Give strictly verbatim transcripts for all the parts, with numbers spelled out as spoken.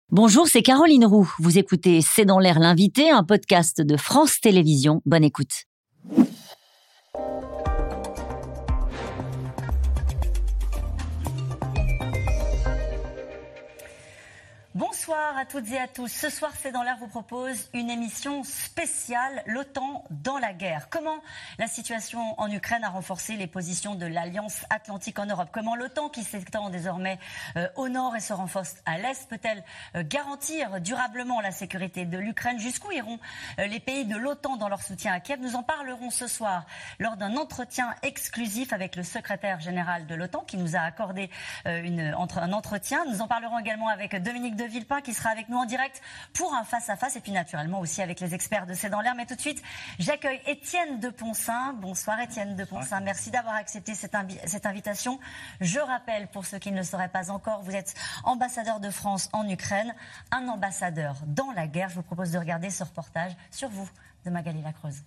Bonjour, c'est Caroline Roux. Vous écoutez C'est dans l'air l'invité, un podcast de France Télévisions. Bonne écoute. Bonsoir à toutes et à tous. Ce soir, C'est dans l'air vous propose une émission spéciale, l'OTAN dans la guerre. Comment la situation en Ukraine a renforcé les positions de l'Alliance Atlantique en Europe? Comment l'OTAN, qui s'étend désormais euh, au nord et se renforce à l'est, peut-elle euh, garantir durablement la sécurité de l'Ukraine? Jusqu'où iront euh, les pays de l'OTAN dans leur soutien à Kiev? Nous en parlerons ce soir lors d'un entretien exclusif avec le secrétaire général de l'OTAN qui nous a accordé euh, une, entre, un entretien. Nous en parlerons également avec Dominique de Villepin qui sera avec nous en direct pour un face-à-face et puis naturellement aussi avec les experts de C'est dans l'air. Mais tout de suite, j'accueille Étienne de Poncin. Bonsoir Étienne de Poncin, merci d'avoir accepté cette, invi- cette invitation. Je rappelle, pour ceux qui ne le sauraient pas encore, vous êtes ambassadeur de France en Ukraine, un ambassadeur dans la guerre. Je vous propose de regarder ce reportage sur vous de Magali Lacreuse.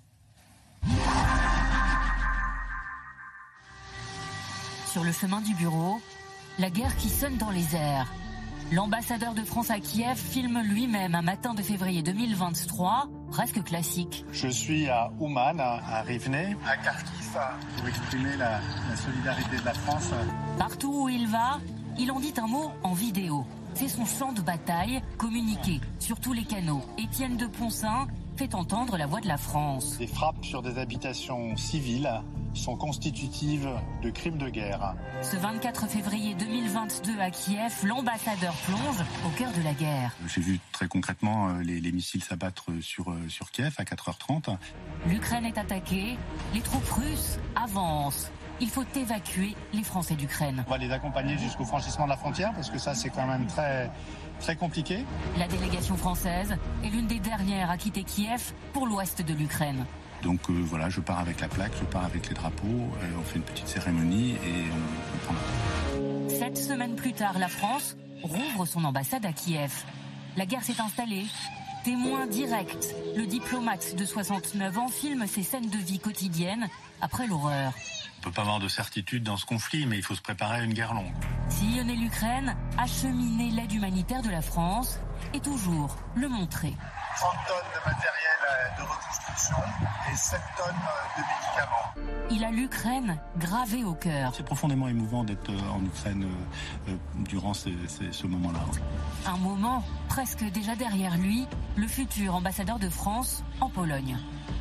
Sur le chemin du bureau, la guerre qui sonne dans les airs. L'ambassadeur de France à Kiev filme lui-même un matin de février deux mille vingt-trois, presque classique. Je suis à Ouman, à Rivne, à Kharkiv, pour exprimer la, la solidarité de la France. Partout où il va, il en dit un mot en vidéo. C'est son champ de bataille, communiqué sur tous les canaux. Étienne de Poncin fait entendre la voix de la France. Les frappes sur des habitations civiles sont constitutives de crimes de guerre. Ce vingt-quatre février deux mille vingt-deux à Kiev, l'ambassadeur plonge au cœur de la guerre. J'ai vu très concrètement les, les missiles s'abattre sur, sur Kiev à quatre heures trente. L'Ukraine est attaquée, les troupes russes avancent. Il faut évacuer les Français d'Ukraine. On va les accompagner jusqu'au franchissement de la frontière parce que ça c'est quand même très, très compliqué. La délégation française est l'une des dernières à quitter Kiev pour l'ouest de l'Ukraine. Donc euh, voilà, je pars avec la plaque, je pars avec les drapeaux, euh, on fait une petite cérémonie et on, on prend la... Sept semaines plus tard, la France rouvre son ambassade à Kiev. La guerre s'est installée. Témoin direct, le diplomate de soixante-neuf ans filme ses scènes de vie quotidiennes après l'horreur. On ne peut pas avoir de certitude dans ce conflit, mais il faut se préparer à une guerre longue. Sillonner l'Ukraine, acheminer l'aide humanitaire de la France et toujours le montrer. trente tonnes de matériel de reconstruction et sept tonnes de médicaments. Il a l'Ukraine gravée au cœur. C'est profondément émouvant d'être en Ukraine euh, durant ces, ces, ce moment-là. Un moment presque déjà derrière lui, le futur ambassadeur de France en Pologne.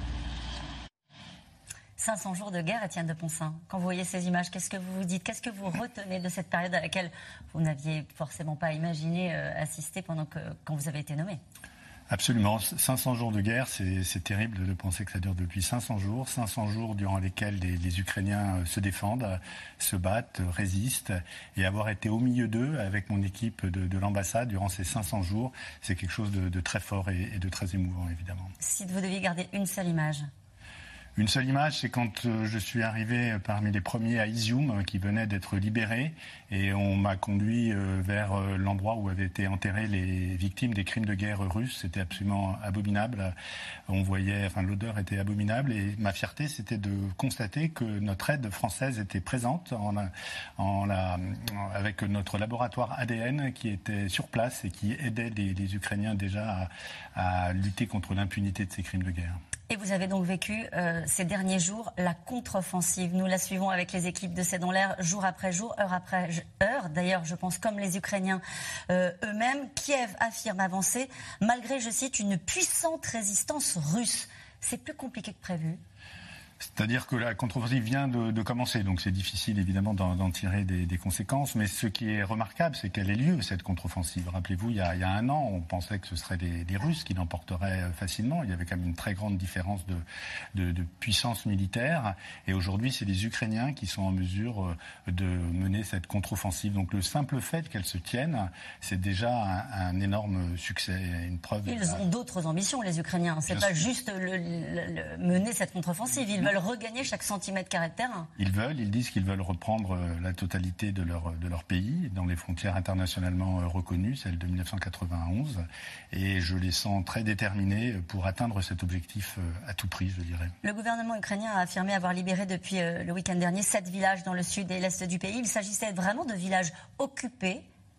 cinq cents jours de guerre, Étienne de Poncin. Quand vous voyez ces images, qu'est-ce que vous vous dites? Qu'est-ce que vous retenez de cette période à laquelle vous n'aviez forcément pas imaginé euh, assister pendant que, quand vous avez été nommé? Absolument. cinq cents jours de guerre, c'est, c'est terrible de penser que ça dure depuis cinq cents jours. cinq cents jours durant lesquels les, les Ukrainiens se défendent, se battent, résistent. Et avoir été au milieu d'eux avec mon équipe de, de l'ambassade durant ces cinq cents jours, c'est quelque chose de, de très fort et, et de très émouvant, évidemment. Si vous deviez garder une seule image? Une seule image, c'est quand je suis arrivé parmi les premiers à Izium, qui venaient d'être libérés, et on m'a conduit vers l'endroit où avaient été enterrées les victimes des crimes de guerre russes. C'était absolument abominable. On voyait, enfin, l'odeur était abominable, et ma fierté, c'était de constater que notre aide française était présente en, en la, avec notre laboratoire A D N qui était sur place et qui aidait les, les Ukrainiens déjà à, à lutter contre l'impunité de ces crimes de guerre. Et vous avez donc vécu euh, ces derniers jours la contre-offensive. Nous la suivons avec les équipes de C'est dans l'air jour après jour, heure après heure. D'ailleurs, je pense comme les Ukrainiens euh, eux-mêmes. Kiev affirme avancer malgré, je cite, une puissante résistance russe. C'est plus compliqué que prévu. C'est-à-dire que la contre-offensive vient de, de commencer, donc c'est difficile évidemment d'en, d'en tirer des, des conséquences, mais ce qui est remarquable, c'est qu'elle ait lieu, cette contre-offensive. Rappelez-vous, il y a, il y a un an, on pensait que ce seraient les, les Russes qui l'emporteraient facilement. Il y avait quand même une très grande différence de, de, de puissance militaire, et aujourd'hui, c'est les Ukrainiens qui sont en mesure de mener cette contre-offensive. Donc le simple fait qu'elle se tienne, c'est déjà un, un énorme succès, une preuve. Ils ont d'autres ambitions, les Ukrainiens. C'est Bien pas sûr. juste le, le, le, mener cette contre-offensive. Ils veulent regagner chaque centimètre carré de terrain. Ils veulent, ils disent qu'ils veulent reprendre la totalité de leur, de leur pays, dans les frontières internationalement reconnues, celles de dix-neuf cent quatre-vingt-onze. Et je les sens très déterminés pour atteindre cet objectif à tout prix, je dirais. Le gouvernement ukrainien a affirmé avoir libéré depuis le week-end dernier sept villages dans le sud et l'est du pays. Il s'agissait vraiment de villages occupés.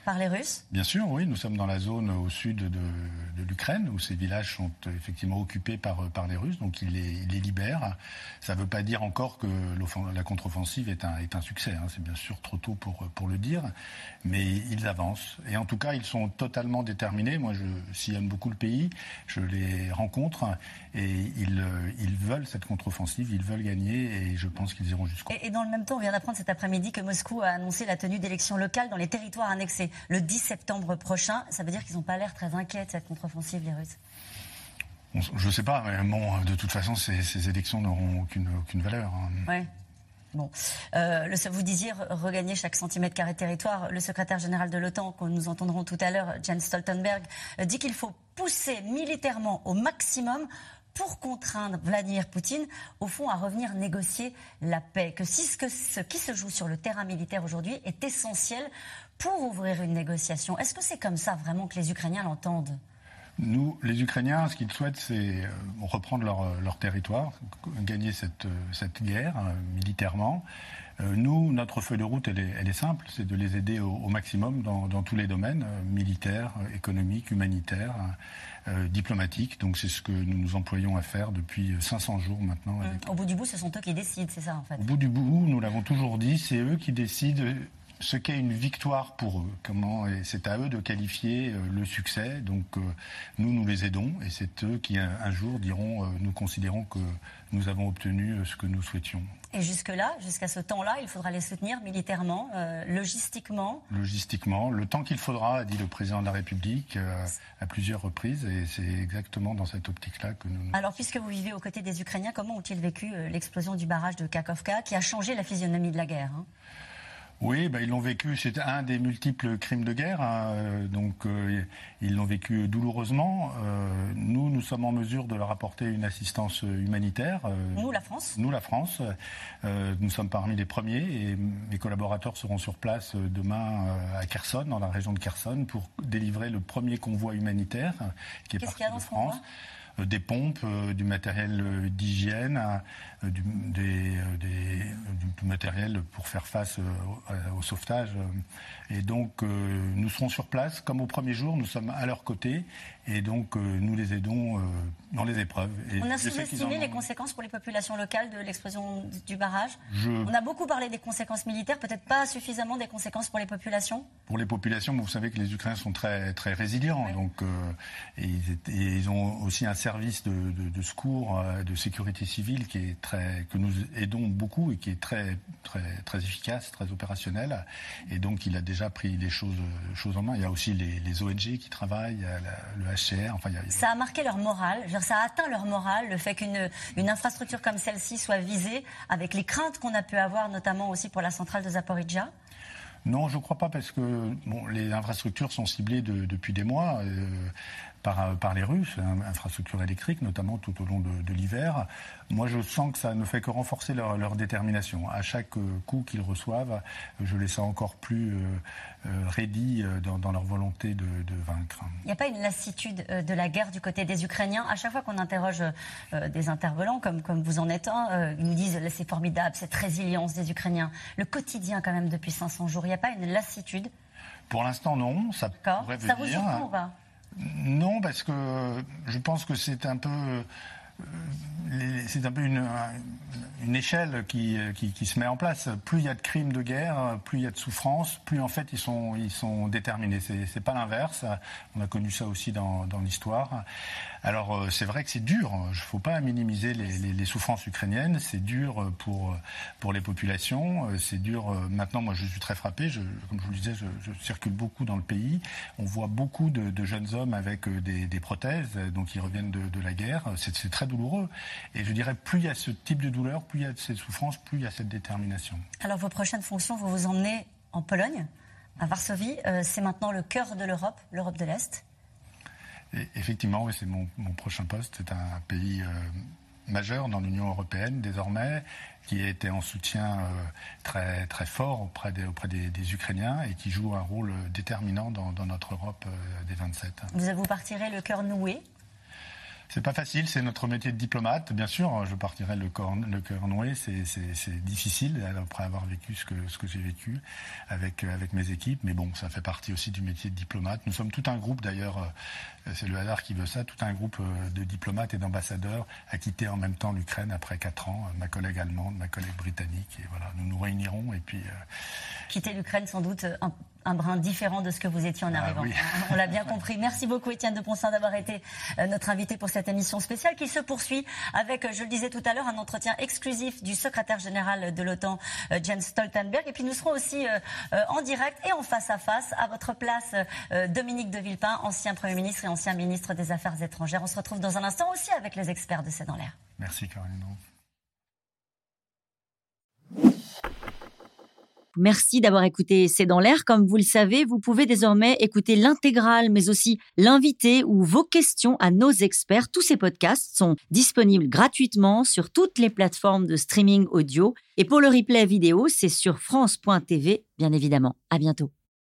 par les Russes? Bien sûr, oui. Nous sommes dans la zone au sud de, de l'Ukraine, où ces villages sont effectivement occupés par, par les Russes, donc ils les, ils les libèrent. Ça ne veut pas dire encore que la contre-offensive est un, est un succès, hein. C'est bien sûr trop tôt pour, pour le dire, mais ils avancent. Et en tout cas, ils sont totalement déterminés. Moi, je sillonne beaucoup le pays, je les rencontre, et ils, ils veulent cette contre-offensive, ils veulent gagner, et je pense qu'ils iront jusqu'au bout. Et, et dans le même temps, on vient d'apprendre cet après-midi que Moscou a annoncé la tenue d'élections locales dans les territoires annexés le dix septembre prochain. Ça veut dire qu'ils n'ont pas l'air très inquiets de cette contre-offensive, les Russes. Je ne sais pas, mais bon, de toute façon, ces, ces élections n'auront aucune, aucune valeur. Oui. Bon, euh, le, vous disiez regagner chaque centimètre carré de territoire. Le secrétaire général de l'OTAN, que nous entendrons tout à l'heure, Jens Stoltenberg, euh, dit qu'il faut pousser militairement au maximum pour contraindre Vladimir Poutine, au fond, à revenir négocier la paix. Que si ce, que ce qui se joue sur le terrain militaire aujourd'hui est essentiel pour ouvrir une négociation. Est-ce que c'est comme ça vraiment que les Ukrainiens l'entendent ? Nous, les Ukrainiens, ce qu'ils souhaitent, c'est reprendre leur, leur territoire, gagner cette, cette guerre euh, militairement. Euh, nous, notre feuille de route, elle est, elle est simple, c'est de les aider au, au maximum dans, dans tous les domaines, euh, militaires, économiques, humanitaires, euh, diplomatiques. Donc c'est ce que nous nous employons à faire depuis cinq cents jours maintenant. Mmh. Au bout du bout, ce sont eux qui décident, c'est ça en fait. Au bout du bout, nous l'avons toujours dit, c'est eux qui décident ce qu'est une victoire pour eux. Comment, et c'est à eux de qualifier euh, le succès. Donc euh, nous, nous les aidons, et c'est eux qui un, un jour diront, euh, nous considérons que nous avons obtenu euh, ce que nous souhaitions. Et jusque-là, jusqu'à ce temps-là, il faudra les soutenir militairement, euh, logistiquement. Logistiquement, le temps qu'il faudra, a dit le président de la République euh, à plusieurs reprises, et c'est exactement dans cette optique-là que nous... Alors, puisque vous vivez aux côtés des Ukrainiens, comment ont-ils vécu euh, l'explosion du barrage de Kakhovka, qui a changé la physionomie de la guerre, hein ? Oui, bah, ils l'ont vécu, c'est un des multiples crimes de guerre, hein, donc euh, ils l'ont vécu douloureusement. Euh, nous, nous sommes en mesure de leur apporter une assistance humanitaire. Euh, nous, la France Nous, la France. Euh, nous sommes parmi les premiers, et mes collaborateurs seront sur place demain euh, à Kherson, dans la région de Kherson, pour délivrer le premier convoi humanitaire qui est Qu'est-ce parti qu'il y a dans de ce France. convoi ? Des pompes, euh, du matériel euh, d'hygiène, euh, du, des, euh, des, euh, du matériel pour faire face euh, au sauvetage. Et donc, euh, nous serons sur place, comme au premier jour, nous sommes à leur côté, et donc euh, nous les aidons euh, dans les épreuves. Et on a sous-estimé les conséquences pour les populations locales de l'explosion du barrage. Je... On a beaucoup parlé des conséquences militaires, peut-être pas suffisamment des conséquences pour les populations. Pour les populations, vous savez que les Ukrainiens sont très, très résilients, oui. donc, euh, et, et ils ont aussi un service de, de, de secours, de sécurité civile qui est très, que nous aidons beaucoup et qui est très, très, très efficace, très opérationnel. Et donc, il a déjà pris les choses, choses en main. Il y a aussi les, les O N G qui travaillent, il y a la, le H C R. Enfin, il y a... Ça a marqué leur morale, ça a atteint leur morale, le fait qu'une une infrastructure comme celle-ci soit visée, avec les craintes qu'on a pu avoir, notamment aussi pour la centrale de Zaporizhzhia. Non, je ne crois pas, parce que bon, les infrastructures sont ciblées de, depuis des mois euh, par, par les Russes, hein, infrastructures électriques, notamment tout au long de, de l'hiver. Moi, je sens que ça ne fait que renforcer leur, leur détermination. À chaque coup qu'ils reçoivent, je les sens encore plus euh, euh, ready dans, dans leur volonté de, de vaincre. Il n'y a pas une lassitude de la guerre du côté des Ukrainiens. À chaque fois qu'on interroge euh, des intervenants, comme, comme vous en êtes un, euh, ils nous disent « c'est formidable, cette résilience des Ukrainiens ». Le quotidien, quand même, depuis cinq cents jours, il n'y a pas une lassitude? Pour l'instant, non. Ça pourrait Ça venir. vous surprend ou pas? Non, parce que je pense que c'est un peu... C'est un peu une, une échelle qui, qui, qui se met en place. Plus il y a de crimes de guerre, plus il y a de souffrance, plus en fait ils sont, ils sont déterminés. C'est, c'est pas l'inverse. On a connu ça aussi dans, dans l'histoire. Alors c'est vrai que c'est dur. Il ne faut pas minimiser les, les, les souffrances ukrainiennes. C'est dur pour, pour les populations. C'est dur. Maintenant, moi je suis très frappé. Je, comme je vous le disais, je, je circule beaucoup dans le pays. On voit beaucoup de, de jeunes hommes avec des, des prothèses, donc ils reviennent de, de la guerre. C'est, c'est très douloureux. Et je dirais, plus il y a ce type de douleur, plus il y a cette souffrance, plus il y a cette détermination. Alors, vos prochaines fonctions, vous vous emmenez en Pologne, à Varsovie. Euh, c'est maintenant le cœur de l'Europe, l'Europe de l'Est. Et effectivement, oui, c'est mon, mon prochain poste. C'est un pays euh, majeur dans l'Union européenne, désormais, qui a été en soutien euh, très, très fort auprès, des, auprès des, des Ukrainiens et qui joue un rôle déterminant dans, dans notre Europe euh, des vingt-sept. Vous, vous partirez le cœur noué? C'est pas facile, c'est notre métier de diplomate. Bien sûr, je partirai le cœur, le cœur noué, c'est, c'est, c'est difficile après avoir vécu ce que, ce que j'ai vécu avec, avec mes équipes. Mais bon, ça fait partie aussi du métier de diplomate. Nous sommes tout un groupe, d'ailleurs, c'est le hasard qui veut ça, tout un groupe de diplomates et d'ambassadeurs à quitter en même temps l'Ukraine après quatre ans. Ma collègue allemande, ma collègue britannique. Et voilà, nous nous réunirons et puis... Euh... Quitter l'Ukraine, sans doute un, un brin différent de ce que vous étiez en arrivant. Ah, oui. On l'a bien compris. Merci beaucoup, Étienne de Poncin, d'avoir été notre invité pour cette émission spéciale qui se poursuit avec, je le disais tout à l'heure, un entretien exclusif du secrétaire général de l'OTAN, Jens Stoltenberg. Et puis nous serons aussi euh, en direct et en face à face. À votre place, euh, Dominique de Villepin, ancien Premier ministre et ancien ministre des Affaires étrangères. On se retrouve dans un instant aussi avec les experts de C'est dans l'air. Merci, Caroline. Merci d'avoir écouté C'est dans l'air. Comme vous le savez, vous pouvez désormais écouter l'intégrale, mais aussi l'invité ou vos questions à nos experts. Tous ces podcasts sont disponibles gratuitement sur toutes les plateformes de streaming audio. Et pour le replay vidéo, c'est sur France point T V, bien évidemment. À bientôt.